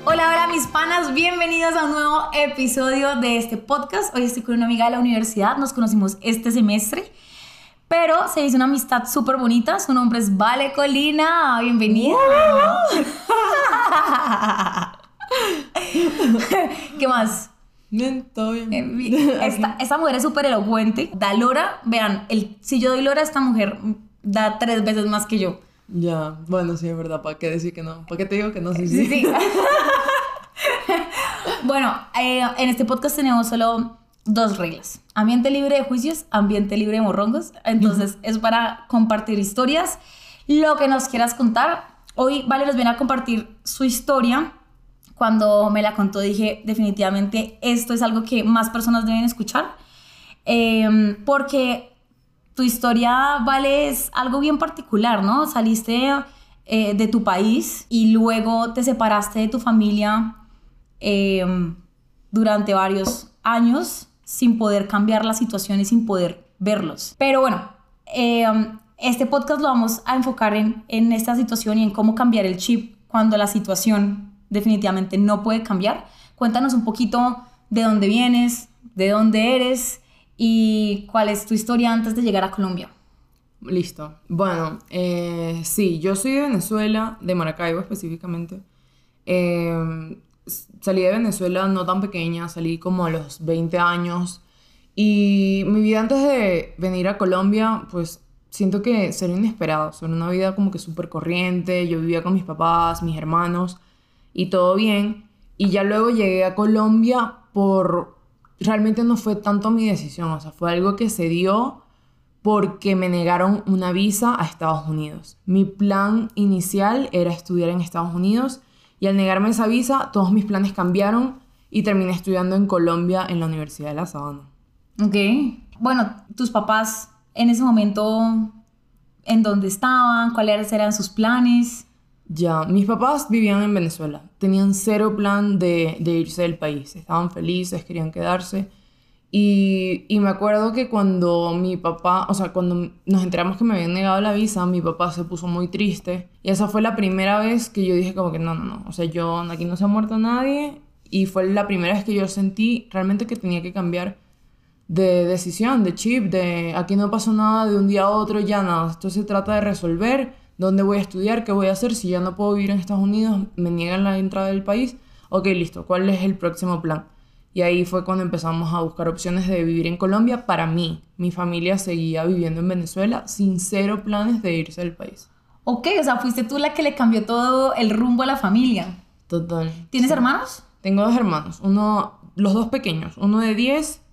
Hola, hola mis panas, bienvenidos a un nuevo episodio de este podcast. Hoy estoy con una amiga de la universidad, nos conocimos este semestre, pero se hizo una amistad súper bonita. Su nombre es Vale Colina, bienvenida. ¿Qué más? Bien, todo bien. Esta mujer es súper elocuente, da lora. Vean, si yo doy lora, esta mujer da 3 veces más que yo. Ya, bueno, sí, es verdad, ¿para qué decir que no? ¿Para qué te digo que no? Sí. Sí. Bueno, en este podcast tenemos solo 2 reglas: ambiente libre de juicios, ambiente libre de morrongos. Entonces es para compartir historias, lo que nos quieras contar. Hoy Vale nos viene a compartir su historia. Cuando me la contó dije, definitivamente esto es algo que más personas deben escuchar, porque tu historia, Vale, es algo bien particular, ¿no? Saliste de tu país y luego te separaste de tu familia durante varios años sin poder cambiar la situación y sin poder verlos. Pero bueno, este podcast lo vamos a enfocar en esta situación y en cómo cambiar el chip cuando la situación definitivamente no puede cambiar. Cuéntanos un poquito de dónde vienes, de dónde eres y cuál es tu historia antes de llegar a Colombia. Listo. Bueno, sí, yo soy de Venezuela, de Maracaibo específicamente. Salí de Venezuela no tan pequeña, salí como a los 20 años. Y mi vida antes de venir a Colombia, pues siento que sería inesperado. Era una vida como que súper corriente. Yo vivía con mis papás, mis hermanos y todo bien. Y ya luego llegué a Colombia realmente no fue tanto mi decisión, o sea, fue algo que se dio porque me negaron una visa a Estados Unidos. Mi plan inicial era estudiar en Estados Unidos y al negarme esa visa, todos mis planes cambiaron y terminé estudiando en Colombia en la Universidad de La Sabana. Ok. Bueno, tus papás en ese momento, ¿en dónde estaban? ¿Cuáles eran sus planes? Ya, mis papás vivían en Venezuela. Tenían cero plan de irse del país. Estaban felices, querían quedarse. Y me acuerdo que cuando mi papá, o sea, cuando nos enteramos que me habían negado la visa, mi papá se puso muy triste. Y esa fue la primera vez que yo dije como que no. O sea, aquí no se ha muerto nadie. Y fue la primera vez que yo sentí realmente que tenía que cambiar de decisión, de chip, de aquí no pasó nada de un día a otro, ya nada. Esto se trata de resolver. ¿Dónde voy a estudiar? ¿Qué voy a hacer? Si ya no puedo vivir en Estados Unidos, me niegan la entrada del país. Ok, listo. ¿Cuál es el próximo plan? Y ahí fue cuando empezamos a buscar opciones de vivir en Colombia para mí. Mi familia seguía viviendo en Venezuela sin cero planes de irse del país. Ok, o sea, fuiste tú la que le cambió todo el rumbo a la familia. Total. ¿Tienes Sí. hermanos? Tengo 2 hermanos. Los 2 pequeños. Una de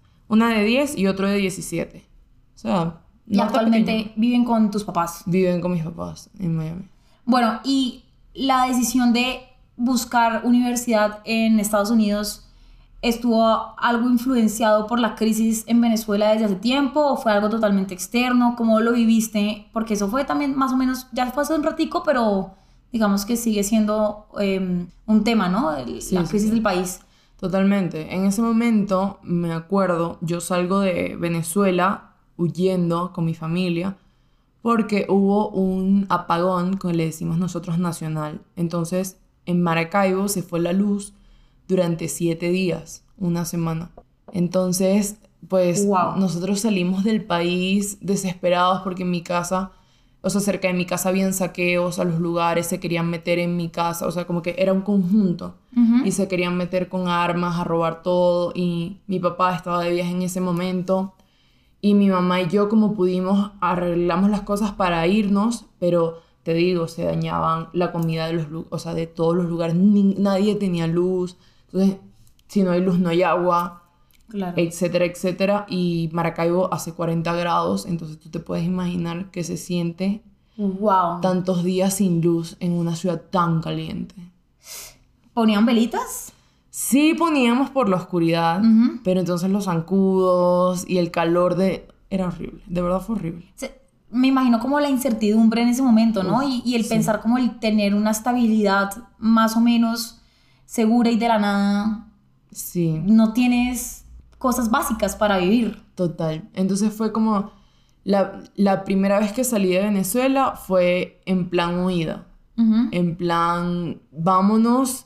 10 y otro de 17. O sea... Y actualmente viven con tus papás. Viven con mis papás en Miami. Bueno, y la decisión de buscar universidad en Estados Unidos, ¿estuvo algo influenciado por la crisis en Venezuela desde hace tiempo o fue algo totalmente externo? ¿Cómo lo viviste? Porque eso fue también más o menos, ya fue hace un ratico, pero digamos que sigue siendo un tema, ¿no? La crisis del país. Totalmente. En ese momento, me acuerdo, yo salgo de Venezuela huyendo con mi familia porque hubo un apagón, como le decimos nosotros, nacional. Entonces, en Maracaibo se fue la luz durante 7 días, una semana. Entonces, pues, Wow. nosotros salimos del país desesperados porque en mi casa, o sea, cerca de mi casa habían saqueos a los lugares, se querían meter en mi casa, o sea, como que era un conjunto. Y se querían meter con armas a robar todo y mi papá estaba de viaje en ese momento. Y mi mamá y yo, como pudimos, arreglamos las cosas para irnos, pero te digo, se dañaban la comida o sea, de todos los lugares. Nadie tenía luz. Entonces, si no hay luz, no hay agua, Claro. etcétera, etcétera. Y Maracaibo hace 40 grados, entonces tú te puedes imaginar que se siente Wow. tantos días sin luz en una ciudad tan caliente. ¿Ponían velitas? Sí poníamos por la oscuridad, pero entonces los zancudos y el calor era horrible, de verdad fue horrible. Me imagino como la incertidumbre en ese momento, ¿no? Uf, Y el sí. pensar como el tener una estabilidad más o menos segura y de la nada Sí, no tienes cosas básicas para vivir. total. Entonces fue como la primera vez que salí de Venezuela fue en plan huida, en plan vámonos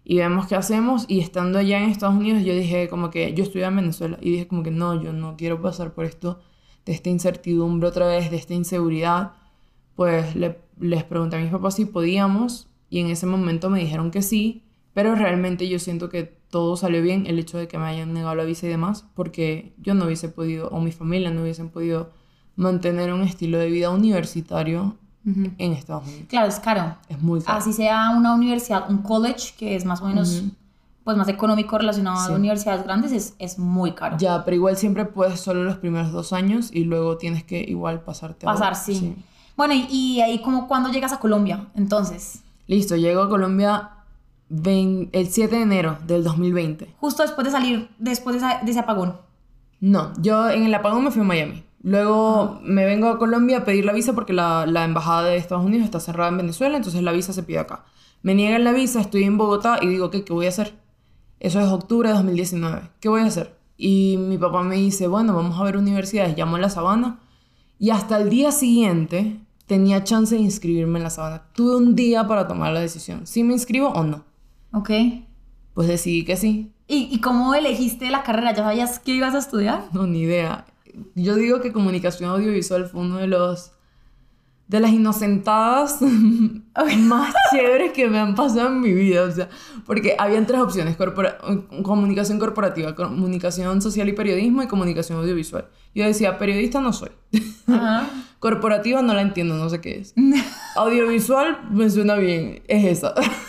y vemos qué hacemos. Y estando allá en Estados Unidos, yo dije como que yo estudié en Venezuela y dije como que no, yo no quiero pasar por esto, de esta incertidumbre otra vez, de esta inseguridad. Pues les pregunté a mis papás si podíamos y en ese momento me dijeron que sí, pero realmente yo siento que todo salió bien, el hecho de que me hayan negado la visa y demás, porque yo no hubiese podido, o mi familia no hubiesen podido mantener un estilo de vida universitario en Estados Unidos. Claro, es caro. Es muy caro. Así sea una universidad, un college, que es más o menos pues más económico relacionado a universidades grandes, es muy caro. Ya, pero igual siempre puedes solo los primeros 2 años y luego tienes que igual pasarte. Sí. Bueno, y ahí como cuando llegas a Colombia, entonces. Listo, llego a Colombia el 7 de enero del 2020. Justo después de salir, después de ese apagón. No, yo en el apagón me fui a Miami. Luego me vengo a Colombia a pedir la visa porque la embajada de Estados Unidos está cerrada en Venezuela, entonces la visa se pide acá. Me niegan la visa, estoy en Bogotá y digo, ¿qué voy a hacer? Eso es octubre de 2019. ¿Qué voy a hacer? Y mi papá me dice, bueno, vamos a ver universidades. Llamo a La Sabana y hasta el día siguiente tenía chance de inscribirme en La Sabana. Tuve un día para tomar la decisión, si me inscribo o no. Ok. Pues decidí que sí. ¿Y cómo elegiste la carrera? ¿Ya sabías qué ibas a estudiar? No, ni idea. Yo digo que comunicación audiovisual fue uno de las inocentadas más chéveres que me han pasado en mi vida, o sea, porque habían 3 opciones: comunicación corporativa, comunicación social y periodismo, y comunicación audiovisual. Yo decía, periodista no soy. Ajá. Corporativa no la entiendo, no sé qué es. Audiovisual me suena bien, es esa.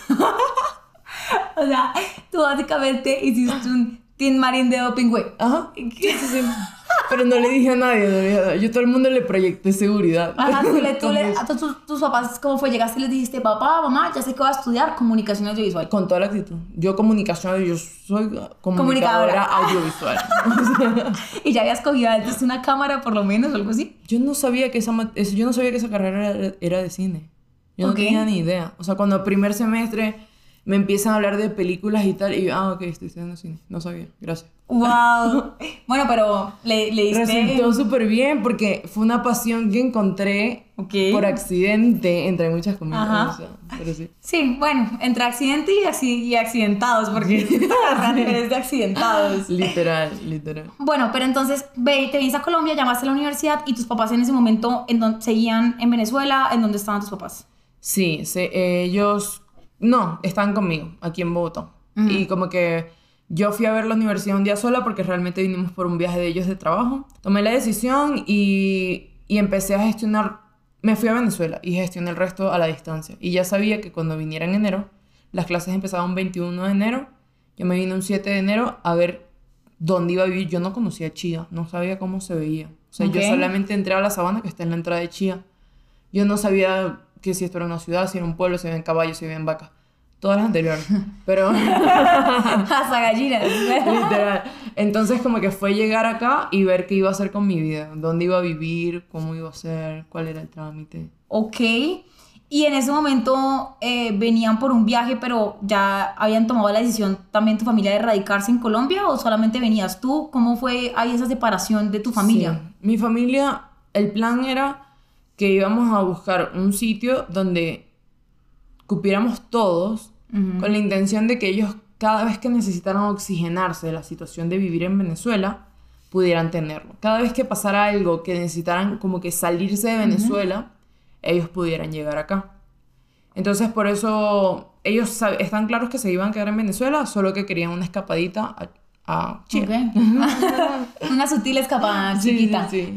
O sea, tú básicamente hiciste un Tin Marín de Doping, güey. Ajá. Sí. Pero no le dije a nadie, Yo a todo el mundo le proyecté seguridad. Ajá, tus papás, ¿cómo fue? Llegaste y les dijiste, papá, mamá, ya sé que voy a estudiar comunicación audiovisual. Con toda la actitud. Yo soy comunicadora audiovisual. ¿Y ya habías cogido antes una cámara por lo menos o algo así? Yo no sabía que esa carrera era de cine. Yo no tenía ni idea. O sea, cuando primer semestre me empiezan a hablar de películas y tal, y yo, ok, estoy estudiando cine. No sabía, gracias. ¡Wow! Bueno, pero le diste... Resultó súper bien porque fue una pasión que encontré por accidente, entre muchas comillas. O sea, pero sí. Sí, bueno, entre accidente y accidentados, porque eres de accidentados. Literal. Bueno, pero entonces, te viniste a Colombia, llamaste a la universidad, y tus papás en ese momento seguían en Venezuela. ¿En dónde estaban tus papás? Sí, ellos... No, estaban conmigo, aquí en Bogotá. Y como que yo fui a ver la universidad un día sola porque realmente vinimos por un viaje de ellos de trabajo. Tomé la decisión y empecé a gestionar. Me fui a Venezuela y gestioné el resto a la distancia. Y ya sabía que cuando viniera en enero, las clases empezaban un 21 de enero. Yo me vine un 7 de enero a ver dónde iba a vivir. Yo no conocía Chía, no sabía cómo se veía. O sea, yo solamente entré a La Sabana, que está en la entrada de Chía. Yo no sabía que si esto era una ciudad, si era un pueblo, si habían caballos, si habían vacas. Todas las anteriores. Pero... hasta gallinas. Literal. Entonces como que fue llegar acá y ver qué iba a hacer con mi vida. Dónde iba a vivir, cómo iba a ser, cuál era el trámite. Ok. Y en ese momento venían por un viaje, pero ya habían tomado la decisión también tu familia de radicarse en Colombia, ¿o solamente venías tú? ¿Cómo fue ahí esa separación de tu familia? Sí. Mi familia, el plan era que íbamos a buscar un sitio donde cupiéramos todos, con la intención de que ellos, cada vez que necesitaran oxigenarse de la situación de vivir en Venezuela, pudieran tenerlo. Cada vez que pasara algo que necesitaran como que salirse de Venezuela, ellos pudieran llegar acá. Entonces, por eso ellos están claros que se iban a quedar en Venezuela, solo que querían una escapadita a Chile. Okay. Una sutil escapada chiquita. Sí.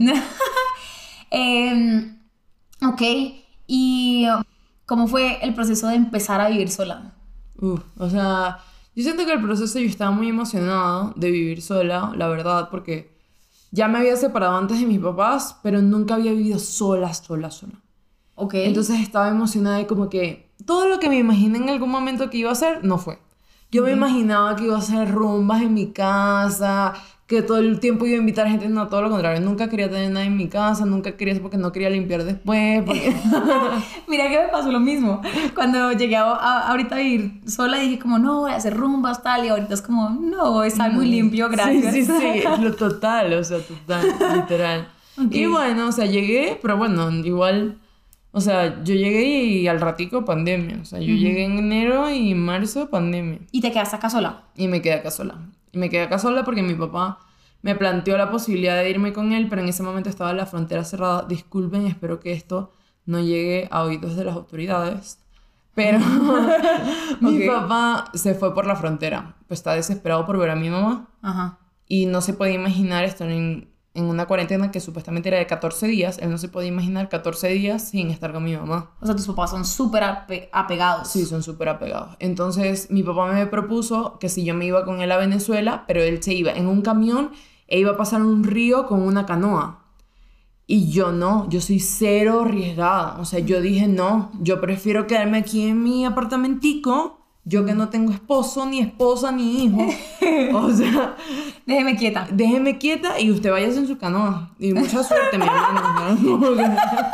Ok, ¿y cómo fue el proceso de empezar a vivir sola? O sea, yo siento que el proceso, yo estaba muy emocionada de vivir sola, la verdad, porque ya me había separado antes de mis papás, pero nunca había vivido sola. Ok. Entonces estaba emocionada de como que todo lo que me imaginé en algún momento que iba a hacer, no fue. Yo me imaginaba que iba a hacer rumbas en mi casa, que todo el tiempo iba a invitar gente. No, todo lo contrario. Nunca quería tener nada en mi casa, nunca quería, porque no quería limpiar después. Porque... Mira que me pasó lo mismo. Cuando llegué ahorita a vivir sola, dije como, no, voy a hacer rumbas, tal. Y ahorita es como, no, está muy limpio, gracias. Sí, lo total, literal. Okay. Y bueno, o sea, llegué, pero bueno, igual O sea, yo llegué y al ratico pandemia. O sea, yo llegué en enero y en marzo pandemia. ¿Y te quedaste acá sola? Y me quedé acá sola. Y me quedé acá sola porque mi papá me planteó la posibilidad de irme con él, pero en ese momento estaba la frontera cerrada. Disculpen, espero que esto no llegue a oídos de las autoridades. Pero mi papá se fue por la frontera. Pues está desesperado por ver a mi mamá. Ajá. Y no se podía imaginar estar en una cuarentena que supuestamente era de 14 días. Él no se podía imaginar 14 días sin estar con mi mamá. O sea, tus papás son súper apegados. Sí, son súper apegados. Entonces, mi papá me propuso que si yo me iba con él a Venezuela, pero él se iba en un camión e iba a pasar un río con una canoa. Y yo no, yo soy cero arriesgada. O sea, yo dije, no, yo prefiero quedarme aquí en mi apartamentico, yo que no tengo esposo, ni esposa, ni hijo. O sea, Déjeme quieta. déjeme quieta y usted váyase en su canoa. Y mucha suerte, mi hermano. ¿No?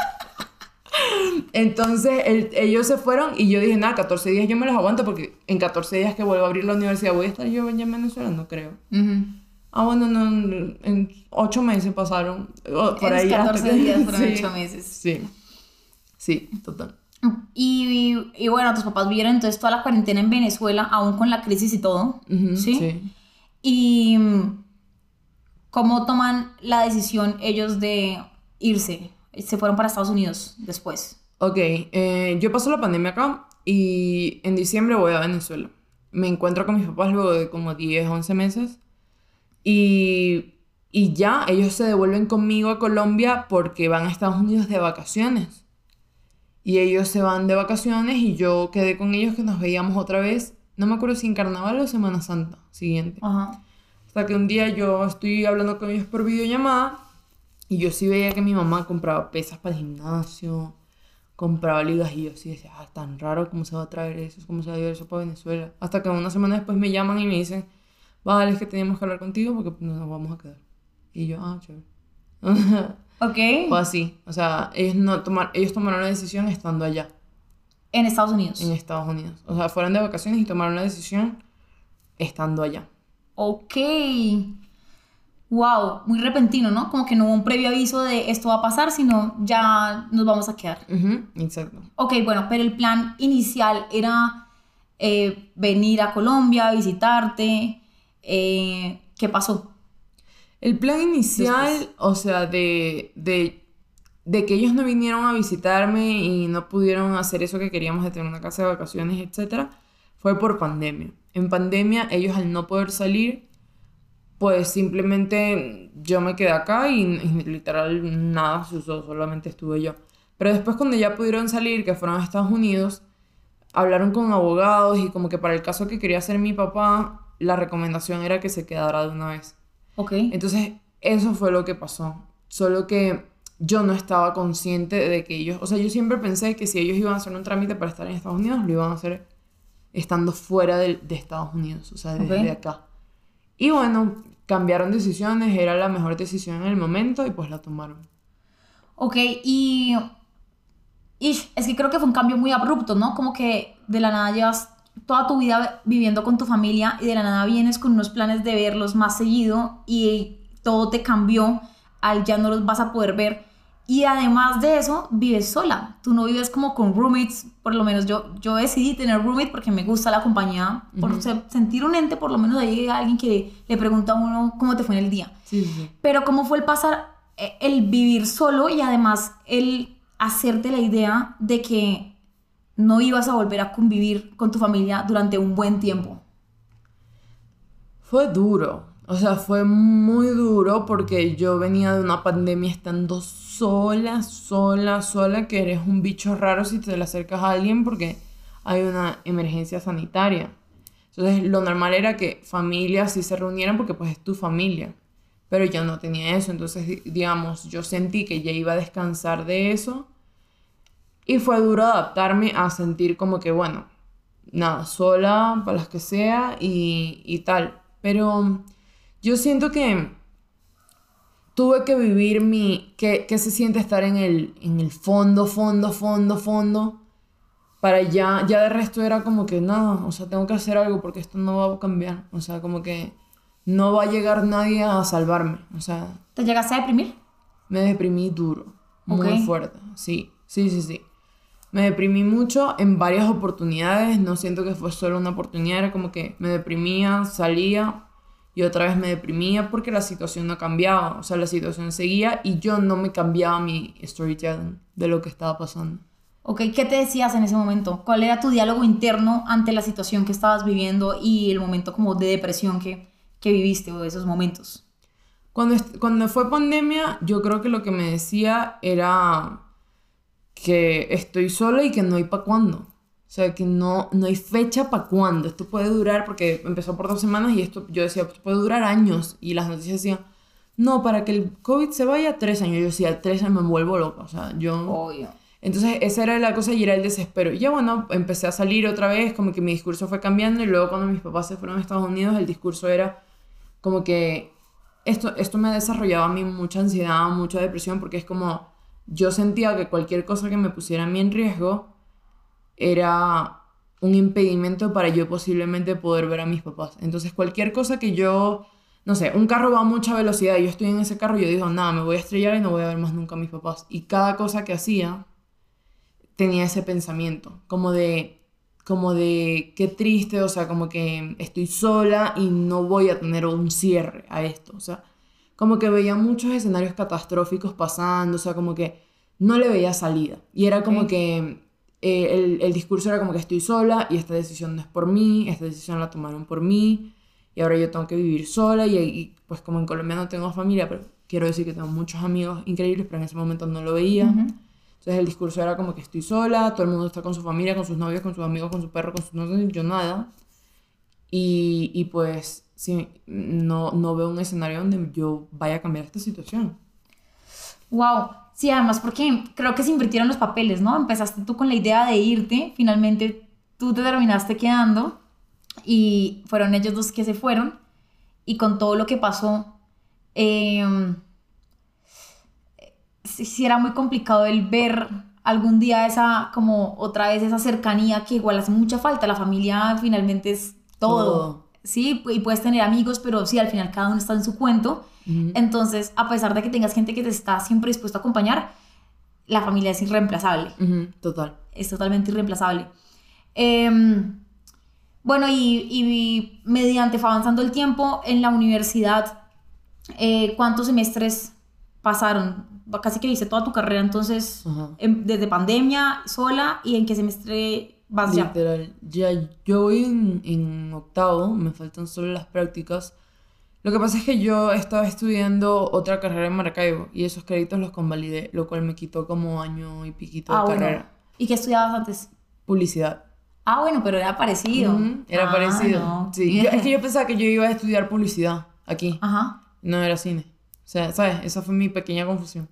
Entonces, ellos se fueron y yo dije, nada, 14 días yo me los aguanto porque en 14 días que vuelvo a abrir la universidad, ¿voy a estar yo allá en Venezuela? No creo. Bueno, no, en 8 meses pasaron. Por En ahí 14 días fueron sí, 8 meses. sí, total. Y bueno, tus papás vivieron entonces toda la cuarentena en Venezuela, aún con la crisis y todo, ¿sí? Sí. Y ¿cómo toman la decisión ellos de irse? Se fueron para Estados Unidos después. Ok, yo paso la pandemia acá y en diciembre voy a Venezuela. Me encuentro con mis papás luego de como 10, 11 meses. Y ya, ellos se devuelven conmigo a Colombia porque van a Estados Unidos de vacaciones. Y ellos se van de vacaciones y yo quedé con ellos que nos veíamos otra vez. No me acuerdo si en Carnaval o Semana Santa siguiente. Ajá. Hasta que un día yo estoy hablando con ellos por videollamada y yo sí veía que mi mamá compraba pesas para el gimnasio, compraba ligas y yo sí decía, tan raro, ¿cómo se va a traer eso? ¿Cómo se va a llevar eso para Venezuela? Hasta que una semana después me llaman y me dicen, vale, es que teníamos que hablar contigo porque nos vamos a quedar. Y yo, chévere. Ok. Fue así. O sea, ellos tomaron la decisión estando allá, En Estados Unidos. en Estados Unidos. O sea, fueron de vacaciones y tomaron la decisión estando allá. Ok. Wow, muy repentino, ¿no? Como que no hubo un previo aviso de esto va a pasar, sino ya nos vamos a quedar. Exacto. Ok, bueno, pero el plan inicial era venir a Colombia, visitarte. ¿Qué pasó? El plan inicial, Después. o sea, de que ellos no vinieron a visitarme y no pudieron hacer eso que queríamos de tener una casa de vacaciones, etcétera, fue por pandemia. En pandemia, ellos al no poder salir, pues simplemente yo me quedé acá y literal nada se usó, solamente estuve yo. Pero después cuando ya pudieron salir, que fueron a Estados Unidos, hablaron con abogados y como que para el caso que quería hacer mi papá, la recomendación era que se quedara de una vez. Ok. Entonces, eso fue lo que pasó. Solo que yo no estaba consciente de que ellos... O sea, yo siempre pensé que si ellos iban a hacer un trámite para estar en Estados Unidos, lo iban a hacer estando fuera de Estados Unidos, o sea, desde acá. Y bueno, cambiaron decisiones, era la mejor decisión en el momento y pues la tomaron. Ok, y es que creo que fue un cambio muy abrupto, ¿no? Como que de la nada llevas toda tu vida viviendo con tu familia y de la nada vienes con unos planes de verlos más seguido y todo te cambió al ya no los vas a poder ver. Y además de eso, vives sola. Tú no vives como con roommates. Por lo menos yo decidí tener roommate porque me gusta la compañía. Por sentir un ente, por lo menos ahí hay alguien que le pregunta a uno cómo te fue en el día. Sí. Pero cómo fue el vivir solo y además el hacerte la idea de que no ibas a volver a convivir con tu familia durante un buen tiempo. Fue duro. O sea, fue muy duro porque yo venía de una pandemia estando sola, que eres un bicho raro si te le acercas a alguien porque hay una emergencia sanitaria. Entonces, lo normal era que familias sí se reunieran porque pues es tu familia. Pero yo no tenía eso. Entonces, digamos, yo sentí que ya iba a descansar de eso. Y fue duro adaptarme a sentir como que, bueno, nada, sola, para las que sea y tal. Pero yo siento que tuve que vivir que se siente estar en el fondo, para ya de resto era como que nada, o sea, tengo que hacer algo porque esto no va a cambiar. O sea, como que no va a llegar nadie a salvarme. O sea, ¿Te llegaste a deprimir? me deprimí duro, muy fuerte, sí. Sí, sí, sí. Me deprimí mucho en varias oportunidades, no siento que fue solo una oportunidad, era como que me deprimía, salía y otra vez me deprimía porque la situación no cambiaba, o sea, la situación seguía y yo no me cambiaba mi storytelling de lo que estaba pasando. Ok, ¿qué te decías en ese momento? ¿Cuál era tu diálogo interno ante la situación que estabas viviendo y el momento como de depresión que viviste o de esos momentos? Cuando fue pandemia, yo creo que lo que me decía era que estoy sola y que no hay para cuándo. O sea, que no hay fecha para cuándo. Esto puede durar, porque empezó por 2 semanas y esto, yo decía, esto puede durar años. Y las noticias decían, no, para que el COVID se vaya, 3 años. Yo decía, 3 años me vuelvo loca. O sea, yo... Obvio. Entonces, esa era la cosa y era el desespero. Y ya bueno, empecé a salir otra vez, como que mi discurso fue cambiando. Y luego cuando mis papás se fueron a Estados Unidos, el discurso era como que esto me ha desarrollado a mí mucha ansiedad, mucha depresión, porque es como yo sentía que cualquier cosa que me pusiera a mí en riesgo era un impedimento para yo posiblemente poder ver a mis papás. Entonces cualquier cosa que yo, no sé, un carro va a mucha velocidad y yo estoy en ese carro y yo digo, nada, me voy a estrellar y no voy a ver más nunca a mis papás. Y cada cosa que hacía tenía ese pensamiento, como de qué triste, o sea, como que estoy sola y no voy a tener un cierre a esto, o sea, como que veía muchos escenarios catastróficos pasando, o sea, como que no le veía salida. Y era como que el discurso era como que estoy sola y esta decisión no es por mí, esta decisión la tomaron por mí y ahora yo tengo que vivir sola y pues como en Colombia no tengo familia, pero quiero decir que tengo muchos amigos increíbles, pero en ese momento no lo veía. Entonces el discurso era como que estoy sola, todo el mundo está con su familia, con sus novios, con sus amigos, con su perro, con sus... No sé, yo nada. Y pues sí, no veo un escenario donde yo vaya a cambiar esta situación. Wow, sí, además porque creo que se invirtieron los papeles, ¿no? Empezaste tú con la idea de irte, finalmente tú te terminaste quedando y fueron ellos dos que se fueron y con todo lo que pasó, sí era muy complicado el ver algún día esa, como otra vez esa cercanía que igual hace mucha falta, la familia finalmente es todo, ¿sí? Y puedes tener amigos, pero sí, al final cada uno está en su cuento. Entonces, a pesar de que tengas gente que te está siempre dispuesto a acompañar, la familia es irreemplazable. Total. Es totalmente irreemplazable. Bueno, y mediante fue avanzando el tiempo en la universidad, ¿cuántos semestres pasaron? Casi que hice toda tu carrera, entonces, desde pandemia, sola, ¿y en qué semestre vas ya? Literal, ya yo voy en octavo, me faltan solo las prácticas. Lo que pasa es que yo estaba estudiando otra carrera en Maracaibo y esos créditos los convalidé, lo cual me quitó como año y piquito de Bueno. carrera. ¿Y qué estudiabas antes? Publicidad. Bueno, pero era parecido. Era parecido. No. Sí, es que yo pensaba que yo iba a estudiar publicidad aquí. Ajá. No era cine. O sea, ¿sabes? Esa fue mi pequeña confusión.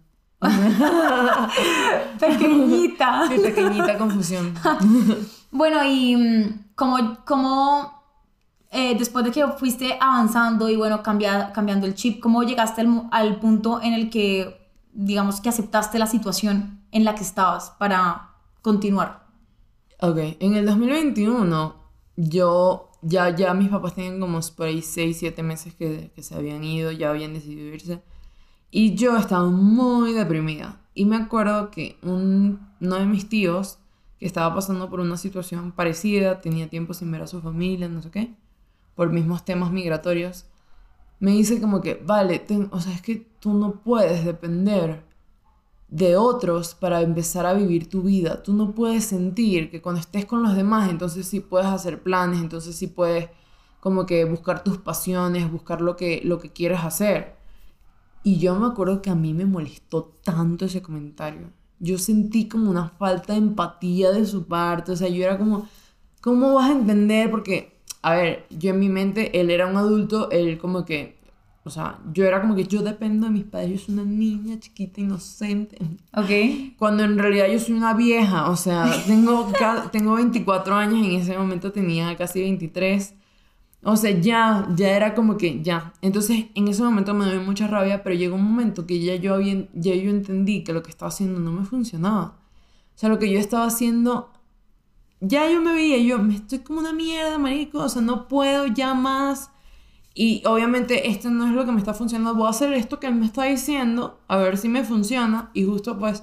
Pequeñita. Mi pequeñita confusión. Bueno, y ¿cómo después de que fuiste avanzando y bueno, cambiando el chip, ¿cómo llegaste al punto en el que, digamos, que aceptaste la situación en la que estabas para continuar? Ok, en el 2021 yo ya mis papás tenían como por ahí 6, 7 meses que se habían ido, ya habían decidido irse. Y yo estaba muy deprimida. Y me acuerdo que uno de mis tíos, que estaba pasando por una situación parecida, tenía tiempo sin ver a su familia, no sé qué, por mismos temas migratorios, me dice como que, vale, o sea, es que tú no puedes depender de otros para empezar a vivir tu vida. Tú no puedes sentir que cuando estés con los demás, entonces sí puedes hacer planes, entonces sí puedes como que buscar tus pasiones, buscar lo que quieres hacer. Y yo me acuerdo que a mí me molestó tanto ese comentario. Yo sentí como una falta de empatía de su parte. O sea, yo era como, ¿cómo vas a entender? Porque, a ver, yo en mi mente, él era un adulto, él como que, o sea, yo era como que yo dependo de mis padres, yo soy una niña chiquita, inocente. Ok. Cuando en realidad yo soy una vieja, o sea, tengo 24 años, en ese momento tenía casi 23. O sea, ya era como que ya. Entonces, en ese momento me dio mucha rabia, pero llegó un momento que ya yo entendí que lo que estaba haciendo no me funcionaba. O sea, lo que yo estaba haciendo, ya yo me veía, me estoy como una mierda, marico, o sea, no puedo ya más. Y obviamente esto no es lo que me está funcionando, voy a hacer esto que él me está diciendo, a ver si me funciona. Y justo pues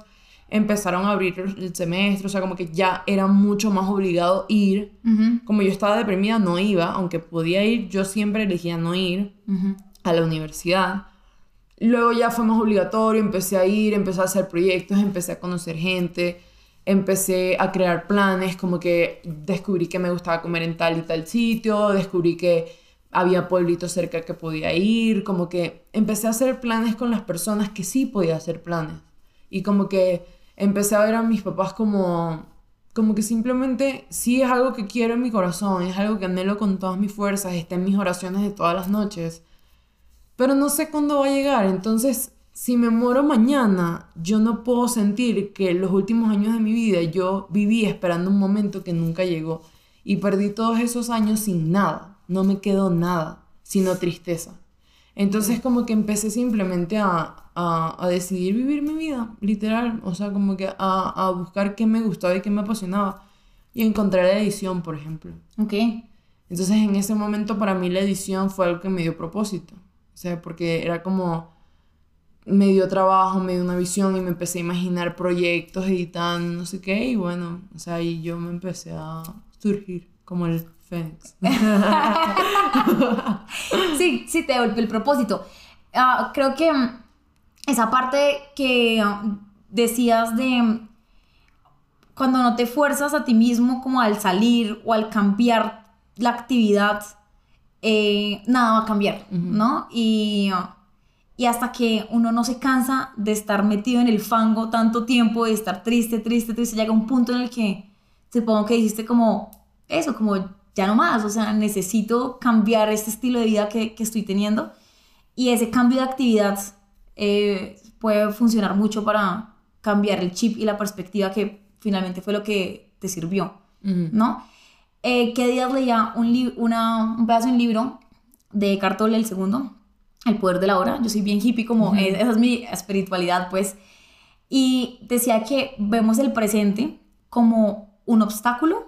empezaron a abrir el semestre, o sea, como que ya era mucho más obligado ir. Como yo estaba deprimida, no iba, aunque podía ir, yo siempre elegía no ir a la universidad. Luego ya fue más obligatorio, empecé a ir, empecé a hacer proyectos, empecé a conocer gente, empecé a crear planes, como que descubrí que me gustaba comer en tal y tal sitio, descubrí que había pueblitos cerca que podía ir, como que empecé a hacer planes con las personas que sí podía hacer planes. Y como que empecé a ver a mis papás como que simplemente sí es algo que quiero en mi corazón, es algo que anhelo con todas mis fuerzas, está en mis oraciones de todas las noches, pero no sé cuándo va a llegar. Entonces, si me muero mañana, yo no puedo sentir que los últimos años de mi vida yo viví esperando un momento que nunca llegó y perdí todos esos años sin nada, no me quedó nada, sino tristeza. Entonces como que empecé simplemente a decidir vivir mi vida, literal, o sea, como que a buscar qué me gustaba y qué me apasionaba. Y encontré la edición, por ejemplo. Ok. Entonces en ese momento para mí la edición fue algo que me dio propósito. O sea, porque era como, me dio trabajo, me dio una visión y me empecé a imaginar proyectos editando, no sé qué. Y bueno, o sea, y yo me empecé a surgir como el Fénix. Sí, sí, te devolvió el propósito. Creo que esa parte que decías de cuando no te fuerzas a ti mismo como al salir o al cambiar la actividad, nada va a cambiar, ¿no? Y hasta que uno no se cansa de estar metido en el fango tanto tiempo, de estar triste, llega un punto en el que supongo que dijiste como eso, como ya no más, o sea, necesito cambiar este estilo de vida que estoy teniendo, y ese cambio de actividad puede funcionar mucho para cambiar el chip y la perspectiva que finalmente fue lo que te sirvió, ¿no? ¿Qué días leía un pedazo de un libro de Eckhart Tolle el segundo, El poder de la hora? Yo soy bien hippie, como esa es mi espiritualidad, pues, y decía que vemos el presente como un obstáculo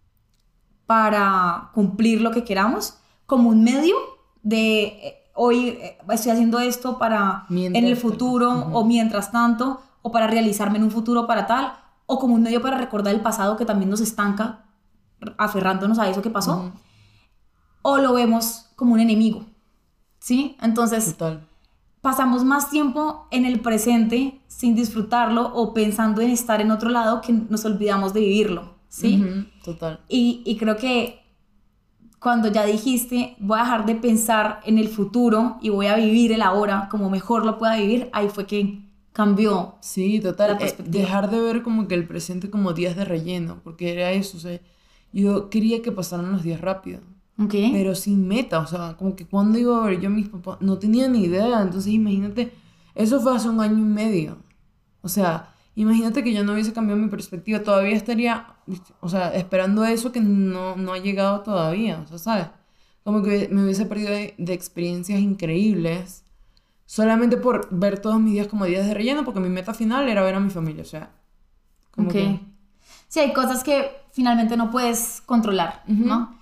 para cumplir lo que queramos, como un medio de hoy estoy haciendo esto para en el futuro o mientras tanto, o para realizarme en un futuro para tal, o como un medio para recordar el pasado que también nos estanca aferrándonos a eso que pasó, o lo vemos como un enemigo, ¿sí? Entonces pasamos más tiempo en el presente sin disfrutarlo o pensando en estar en otro lado que nos olvidamos de vivirlo, ¿sí? Total. Y creo que cuando ya dijiste voy a dejar de pensar en el futuro y voy a vivir el ahora como mejor lo pueda vivir, ahí fue que cambió. Sí, total. La perspectiva. Dejar de ver como que el presente como días de relleno, porque era eso, o sea, yo quería que pasaran los días rápido, pero sin meta, o sea, como que cuando iba a ver yo a mis papás, no tenía ni idea. Entonces imagínate, eso fue hace 1 año y medio, o sea, imagínate que yo no hubiese cambiado mi perspectiva, todavía estaría, o sea, esperando eso que no ha llegado todavía, o sea, ¿sabes? Como que me hubiese perdido de experiencias increíbles solamente por ver todos mis días como días de relleno, porque mi meta final era ver a mi familia, o sea, como que... Sí, hay cosas que finalmente no puedes controlar, ¿no?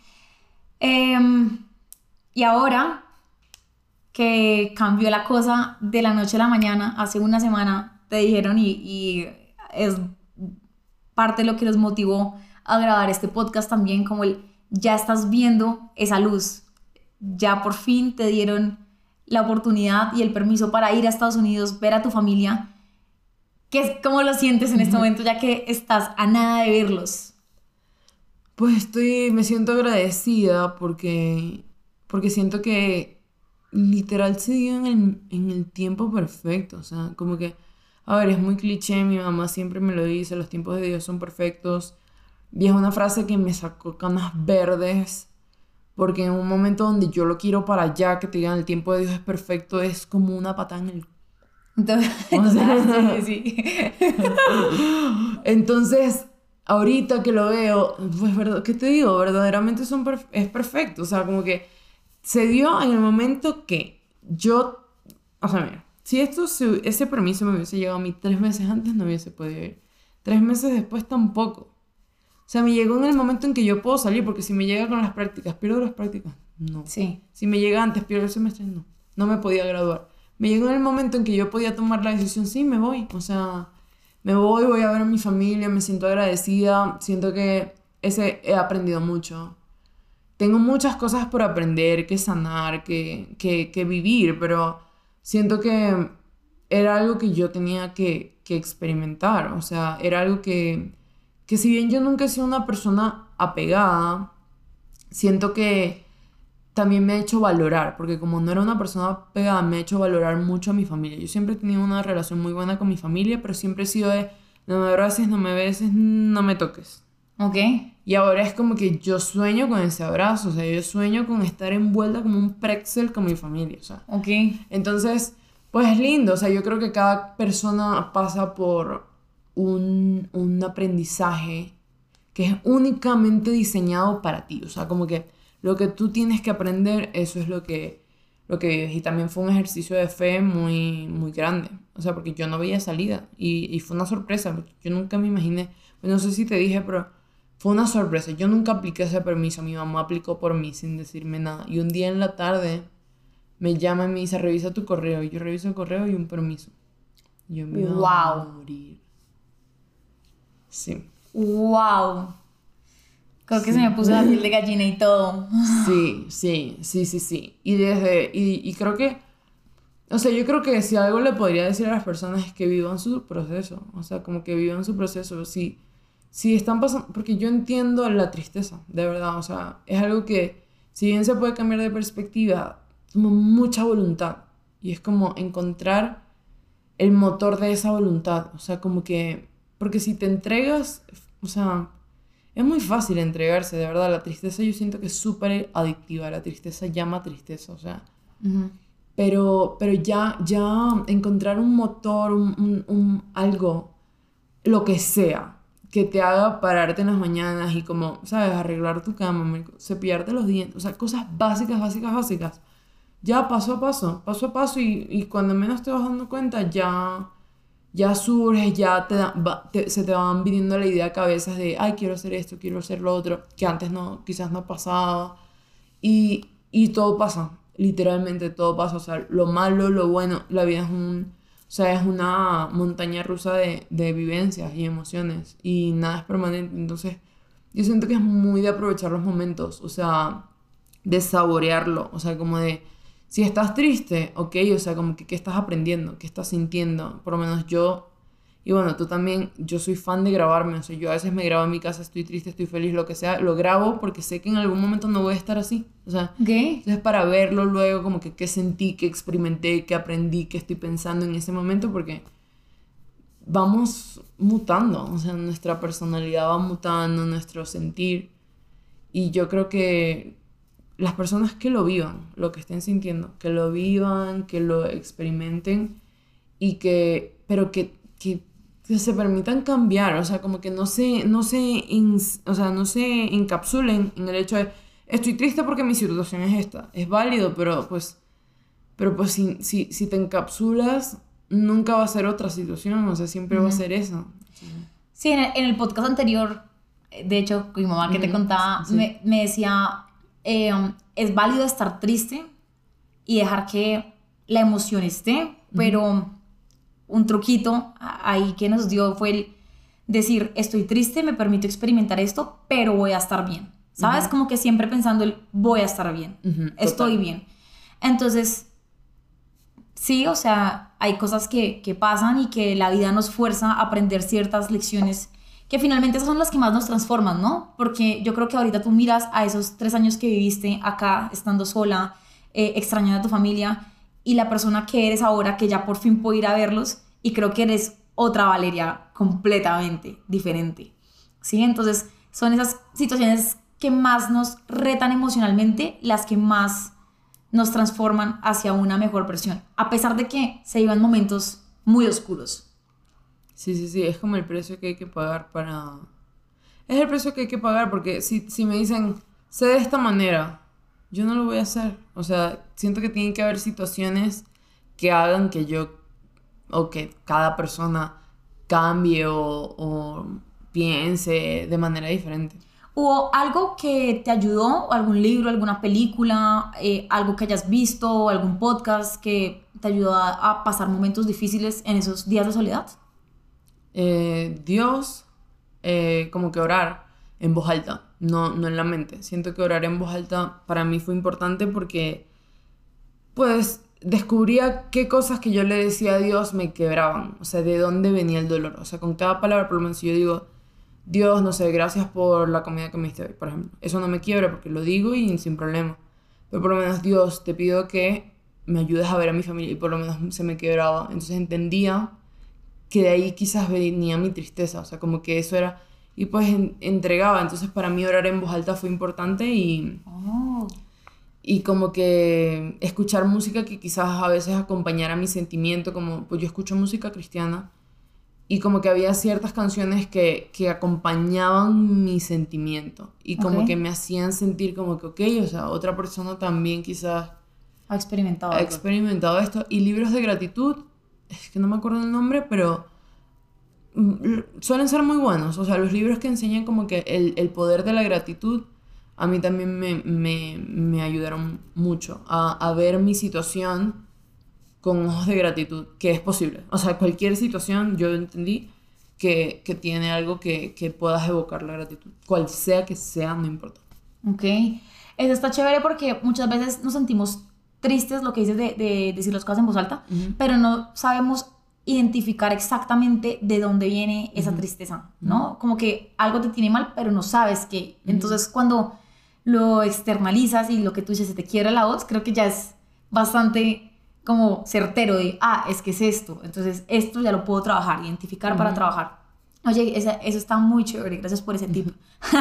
Y ahora que cambió la cosa de la noche a la mañana, hace una semana te dijeron, y es parte de lo que nos motivó a grabar este podcast también, como ya estás viendo esa luz, ya por fin te dieron la oportunidad y el permiso para ir a Estados Unidos, ver a tu familia. ¿Cómo lo sientes en este momento ya que estás a nada de verlos? Pues me siento agradecida porque siento que literal se dio en el tiempo perfecto, o sea, como que, a ver, es muy cliché, mi mamá siempre me lo dice, los tiempos de Dios son perfectos, y es una frase que me sacó canas verdes, porque en un momento donde yo lo quiero para allá, que te digan el tiempo de Dios es perfecto, es como una patada en el... O sea, sí. Entonces, ahorita que lo veo, pues, ¿qué te digo? Verdaderamente es perfecto. O sea, como que se dio en el momento que yo... O sea, mira, si ese permiso me hubiese llegado a mí 3 meses antes, no hubiese podido ir. 3 meses después tampoco. O sea, me llegó en el momento en que yo puedo salir, porque si me llega con las prácticas, ¿pierdo las prácticas? No. Sí. Si me llega antes, ¿pierdo el semestre? No. No me podía graduar. Me llegó en el momento en que yo podía tomar la decisión, sí, me voy. O sea, me voy a ver a mi familia, me siento agradecida, siento que he aprendido mucho. Tengo muchas cosas por aprender, que sanar, que vivir, pero siento que era algo que yo tenía que experimentar. O sea, era algo que si bien yo nunca he sido una persona apegada, siento que también me ha hecho valorar, porque como no era una persona apegada, me ha hecho valorar mucho a mi familia. Yo siempre he tenido una relación muy buena con mi familia, pero siempre he sido de, no me abraces, no me beses, no me toques. Ok. Y ahora es como que yo sueño con ese abrazo, o sea, yo sueño con estar envuelta como un pretzel con mi familia, o sea. Ok. Entonces, pues es lindo, o sea, yo creo que cada persona pasa por un aprendizaje que es únicamente diseñado para ti, o sea, como que lo que tú tienes que aprender, eso es lo que vives. Y también fue un ejercicio de fe muy, muy grande, o sea, porque yo no veía salida y fue una sorpresa, porque yo nunca me imaginé, pues no sé si te dije, pero fue una sorpresa. Yo nunca apliqué ese permiso. Mi mamá aplicó por mí sin decirme nada. Y un día en la tarde me llama y me dice, revisa tu correo. Y yo reviso el correo y un permiso. Y yo me iba a Wow. morir. Sí. Wow. Creo que Sí. se me puso la piel de gallina y todo. Sí. Y creo que, o sea, yo creo que si algo le podría decir a las personas es que vivan su proceso. O sea, como que vivan su proceso. Si están pasando, porque yo entiendo la tristeza, de verdad, o sea, es algo que, si bien se puede cambiar de perspectiva, toma mucha voluntad, y es como encontrar el motor de esa voluntad, o sea, como que, porque si te entregas, o sea, es muy fácil entregarse, de verdad, la tristeza yo siento que es súper adictiva, la tristeza llama tristeza, o sea, Ujú. pero ya encontrar un motor, algo, lo que sea, que te haga pararte en las mañanas y como, ¿sabes? Arreglar tu cama, cepillarte los dientes, o sea, cosas básicas. Ya paso a paso y cuando menos te vas dando cuenta ya surge, ya se te van viniendo la idea a cabezas de, ay, quiero hacer esto, quiero hacer lo otro, que antes no, quizás no pasaba. Y todo pasa, literalmente todo pasa, o sea, lo malo, lo bueno, la vida o sea, es una montaña rusa de vivencias y emociones y nada es permanente, entonces yo siento que es muy de aprovechar los momentos, o sea, de saborearlo, o sea, como de, si estás triste, ok, o sea, como que qué estás aprendiendo, qué estás sintiendo, por lo menos yo, y bueno, tú también, yo soy fan de grabarme, o sea, yo a veces me grabo en mi casa, estoy triste, estoy feliz, lo que sea, lo grabo porque sé que en algún momento no voy a estar así, o sea, Ok. entonces para verlo luego, como que qué sentí, qué experimenté, qué aprendí, qué estoy pensando en ese momento, porque vamos mutando, o sea, nuestra personalidad va mutando, nuestro sentir, y yo creo que las personas que lo vivan, lo que estén sintiendo, que lo vivan, que lo experimenten y que se permitan cambiar, o sea, como que o sea, no se encapsulen en el hecho de estoy triste porque mi situación es esta, es válido, pero pues si te encapsulas, nunca va a ser otra situación, o sea, siempre va a ser eso. Sí, en el podcast anterior, de hecho, con mi mamá que te contaba, Sí. me decía, es válido estar triste y dejar que la emoción esté, pero un truquito ahí que nos dio fue el decir, estoy triste, me permito experimentar esto, pero voy a estar bien. ¿Sabes? Como que siempre pensando el voy a estar bien, estoy Total. bien. Entonces, sí, o sea, hay cosas que pasan y que la vida nos fuerza a aprender ciertas lecciones que finalmente esas son las que más nos transforman, ¿no? Porque yo creo que ahorita tú miras a esos 3 años que viviste acá, estando sola, extrañando a tu familia, y la persona que eres ahora, que ya por fin puedo ir a verlos, y creo que eres otra Valeria completamente diferente, ¿sí? Entonces, son esas situaciones que más nos retan emocionalmente, las que más nos transforman hacia una mejor versión, a pesar de que se vivan momentos muy oscuros. Sí, es como el precio que hay que pagar para... Es el precio que hay que pagar porque si me dicen, sé de esta manera, yo no lo voy a hacer. O sea, siento que tienen que haber situaciones que hagan que yo, o que cada persona cambie o piense de manera diferente. ¿Hubo algo que te ayudó? ¿Algún libro, alguna película, algo que hayas visto, algún podcast que te ayudó a pasar momentos difíciles en esos días de soledad? Dios, como que orar en voz alta, no en la mente. Siento que orar en voz alta para mí fue importante porque, pues, descubría qué cosas que yo le decía a Dios me quebraban, o sea, de dónde venía el dolor. O sea, con cada palabra, por lo menos, si yo digo, Dios, no sé, gracias por la comida que me diste hoy, por ejemplo. Eso no me quiebra porque lo digo y sin problema. Pero por lo menos, Dios, te pido que me ayudes a ver a mi familia, y por lo menos se me quebraba. Entonces entendía que de ahí quizás venía mi tristeza, o sea, como que eso era, y pues entregaba. Entonces para mí orar en voz alta fue importante Oh, y como que escuchar música que quizás a veces acompañara mi sentimiento, como pues yo escucho música cristiana y como que había ciertas canciones que acompañaban mi sentimiento y como ok. que me hacían sentir como que, ok, o sea, otra persona también quizás Ha experimentado ha algo. experimentado esto. Y libros de gratitud, es que no me acuerdo el nombre, pero suelen ser muy buenos. O sea, los libros que enseñan como que el poder de la gratitud, a mí también me ayudaron mucho a ver mi situación con ojos de gratitud, que es posible. O sea, cualquier situación yo entendí que tiene algo que puedas evocar la gratitud. Cual sea que sea, no importa. Ok. Eso está chévere porque muchas veces nos sentimos tristes, lo que dices de decir las cosas en voz alta, Ujú. pero no sabemos identificar exactamente de dónde viene esa Ujú. tristeza, ¿no? Como que algo te tiene mal, pero no sabes qué. Ujú. Entonces, cuando lo externalizas y lo que tú dices se te quiebra la voz, creo que ya es bastante como certero de, ah, es que es esto. Entonces, esto ya lo puedo trabajar, identificar para Ujú. trabajar. Oye, eso está muy chévere, gracias por ese tip.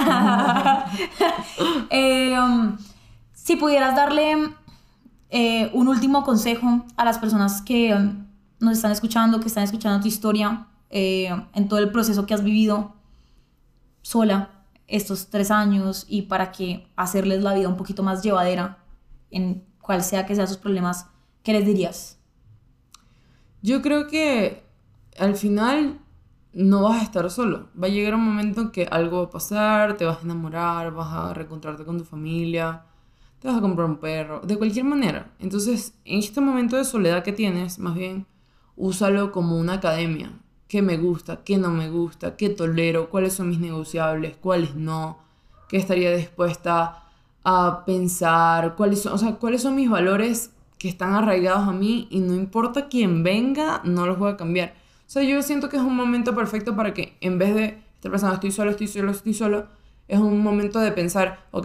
Si pudieras darle un último consejo a las personas que nos están escuchando, que están escuchando tu historia, en todo el proceso que has vivido sola estos 3 años y para que hacerles la vida un poquito más llevadera en cual sea que sean sus problemas, ¿qué les dirías? Yo creo que al final no vas a estar solo. Va a llegar un momento en que algo va a pasar, te vas a enamorar, vas a reencontrarte con tu familia, te vas a comprar un perro, de cualquier manera. Entonces, en este momento de soledad que tienes, más bien, úsalo como una academia. ¿Qué me gusta? ¿Qué no me gusta? ¿Qué tolero? ¿Cuáles son mis negociables? ¿Cuáles no? ¿Qué estaría dispuesta a pensar? ¿Cuáles son, o sea, cuáles son mis valores que están arraigados a mí y no importa quién venga, no los voy a cambiar? O sea, yo siento que es un momento perfecto para que en vez de estar pensando estoy solo, estoy solo, estoy solo, es un momento de pensar, ok,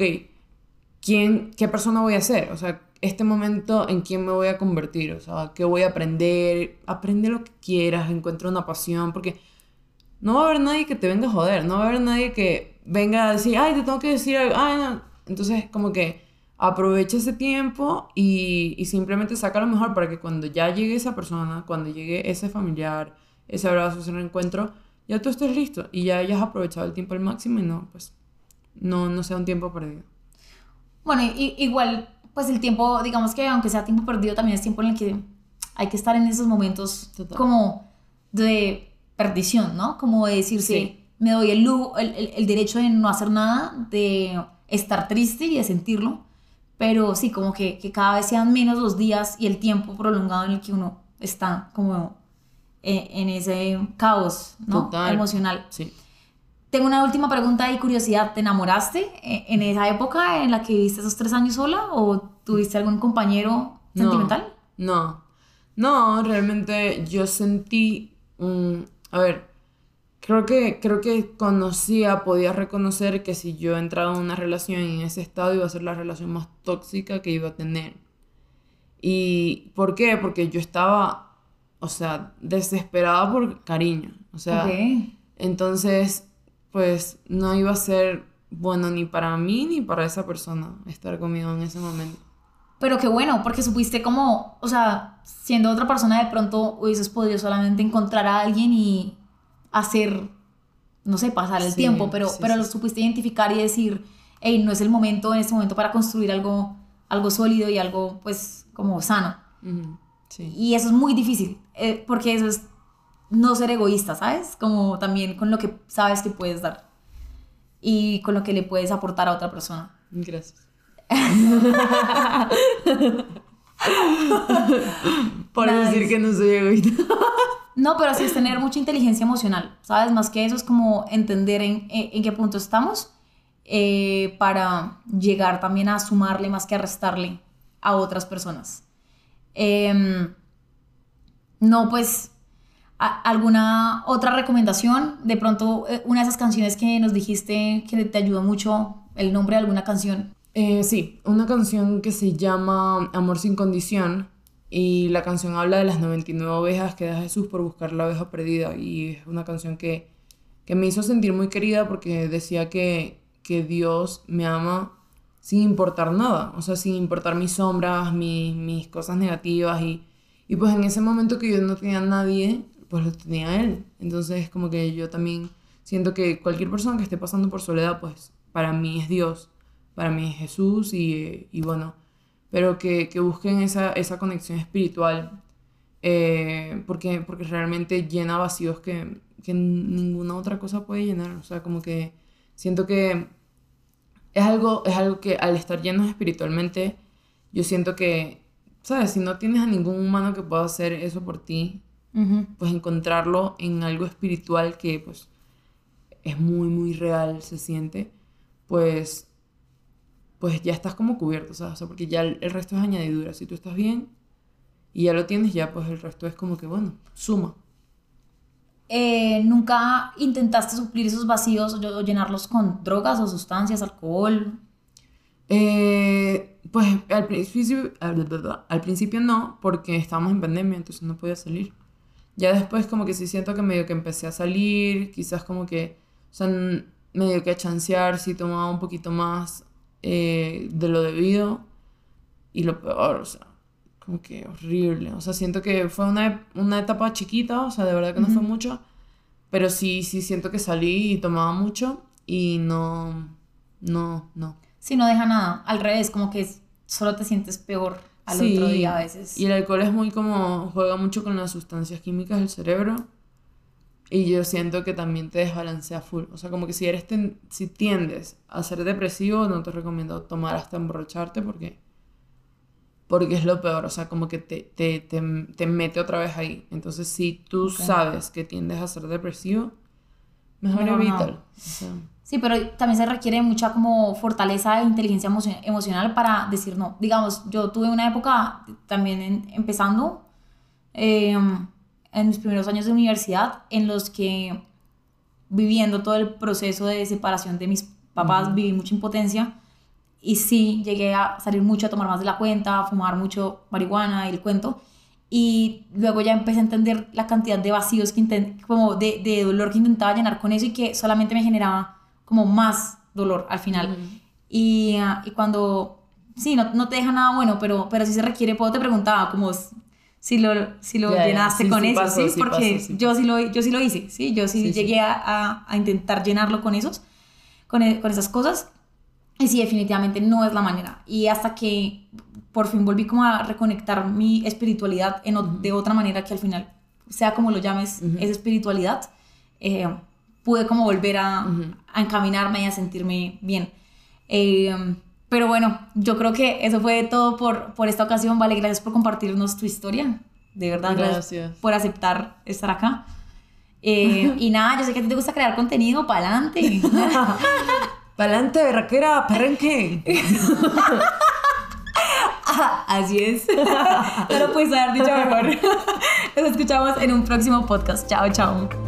qué persona voy a ser, o sea, este momento en quién me voy a convertir, o sea, qué voy a aprender, aprende lo que quieras, encuentra una pasión, porque no va a haber nadie que te venga a joder, no va a haber nadie que venga a decir, ay, te tengo que decir algo, ay, no. Entonces, como que aprovecha ese tiempo y simplemente saca lo mejor para que cuando ya llegue esa persona, cuando llegue ese familiar, ese abrazo, ese reencuentro, ya tú estés listo y ya hayas aprovechado el tiempo al máximo y no, pues, no sea un tiempo perdido. Bueno, igual, pues el tiempo, digamos que aunque sea tiempo perdido, también es tiempo en el que hay que estar en esos momentos Total. como de perdición, ¿no? Como de decirse, Sí. me doy el lujo, el derecho de no hacer nada, de estar triste y de sentirlo, pero sí, como que cada vez sean menos los días y el tiempo prolongado en el que uno está como en ese caos, ¿no? Total. Emocional. Sí. Tengo una última pregunta y curiosidad. ¿Te enamoraste en esa época en la que viviste esos 3 años sola o tuviste algún compañero sentimental? No, no, realmente yo sentí, a ver, creo que conocía, podía reconocer que si yo entraba en una relación en ese estado iba a ser la relación más tóxica que iba a tener. ¿Y por qué? Porque yo estaba, o sea, desesperada por cariño, o Ok. sea, entonces, pues no iba a ser bueno ni para mí ni para esa persona estar conmigo en ese momento. Pero qué bueno, porque supiste como, o sea, siendo otra persona de pronto hubieses podido solamente encontrar a alguien y hacer, no sé, pasar el Sí, tiempo, pero, sí, pero sí, lo sí. supiste identificar y decir, hey, no es el momento en este momento para construir algo sólido y algo, pues, como sano. Ujú, sí. Y eso es muy difícil, porque eso es no ser egoísta, ¿sabes? Como también con lo que sabes que puedes dar y con lo que le puedes aportar a otra persona. Gracias. Por decir Nice. que no soy egoísta. No, pero sí es tener mucha inteligencia emocional, ¿sabes? Más que eso es como entender en qué punto estamos para llegar también a sumarle más que a restarle a otras personas. No, pues, ¿alguna otra recomendación? De pronto, una de esas canciones que nos dijiste que te ayudó mucho, el nombre de alguna canción. Sí, una canción que se llama Amor sin condición y la canción habla de las 99 ovejas que da Jesús por buscar la oveja perdida y es una canción que me hizo sentir muy querida porque decía que Dios me ama sin importar nada, o sea, sin importar mis sombras, mis cosas negativas y pues en ese momento que yo no tenía a nadie, pues lo tenía a Él. Entonces como que yo también siento que cualquier persona que esté pasando por soledad, pues para mí es Dios, para mí es Jesús y bueno, pero que busquen esa conexión espiritual porque realmente llena vacíos que ninguna otra cosa puede llenar. O sea, como que siento que es algo que al estar llenos espiritualmente, yo siento que, ¿sabes? Si no tienes a ningún humano que pueda hacer eso por ti, pues encontrarlo en algo espiritual que pues es muy, muy real, se siente, pues ya estás como cubierto, ¿sabes? O sea, porque ya el resto es añadidura. Si tú estás bien y ya lo tienes, ya pues el resto es como que, bueno, suma. ¿Nunca intentaste suplir esos vacíos o llenarlos con drogas o sustancias, alcohol? Pues al principio no, porque estábamos en pandemia, entonces no podía salir. Ya después como que sí siento que medio que empecé a salir, quizás como que, o sea, medio que a chancear, sí tomaba un poquito más de lo debido. Y lo peor, o sea, como que horrible. O sea, siento que fue una etapa chiquita, o sea, de verdad que no fue mucho. Pero sí siento que salí y tomaba mucho y no. Sí, no deja nada. Al revés, como que solo te sientes peor al Sí, otro día a veces. y el alcohol es muy como, juega mucho con las sustancias químicas del cerebro y yo siento que también te desbalancea full. O sea, como que si tiendes a ser depresivo, no te recomiendo tomar hasta emborracharte porque es lo peor. O sea, como que te mete otra vez ahí. Entonces, si tú sabes que tiendes a ser depresivo, mejor evítalo. No. O sea, Sí, pero también se requiere mucha como fortaleza e inteligencia emocional para decir no. Digamos, yo tuve una época también empezando en mis primeros años de universidad en los que viviendo todo el proceso de separación de mis papás viví mucha impotencia y sí llegué a salir mucho, a tomar más de la cuenta, a fumar mucho marihuana y el cuento. Y luego ya empecé a entender la cantidad de vacíos como de dolor que intentaba llenar con eso y que solamente me generaba como más dolor al final. Y cuando, sí, no te deja nada bueno, pero sí se requiere, te preguntaba como si lo llenaste con eso, pasó, ¿sí? Porque pasó. yo sí lo hice, ¿sí? Yo sí llegué a intentar llenarlo con con esas cosas. Y sí, definitivamente no es la manera. Y hasta que por fin volví como a reconectar mi espiritualidad de otra manera que al final, sea como lo llames, esa espiritualidad, pude como volver a encaminarme y a sentirme bien. Pero bueno, yo creo que eso fue todo por esta ocasión. Vale, gracias por compartirnos tu historia. De verdad, gracias por aceptar estar acá. Y nada, yo sé que a ti te gusta crear contenido, pa'lante. ¡Pa'lante, berraquera, perrenque! Así es. No lo puedes haber dicho mejor. Nos escuchamos en un próximo podcast. Chao, chao.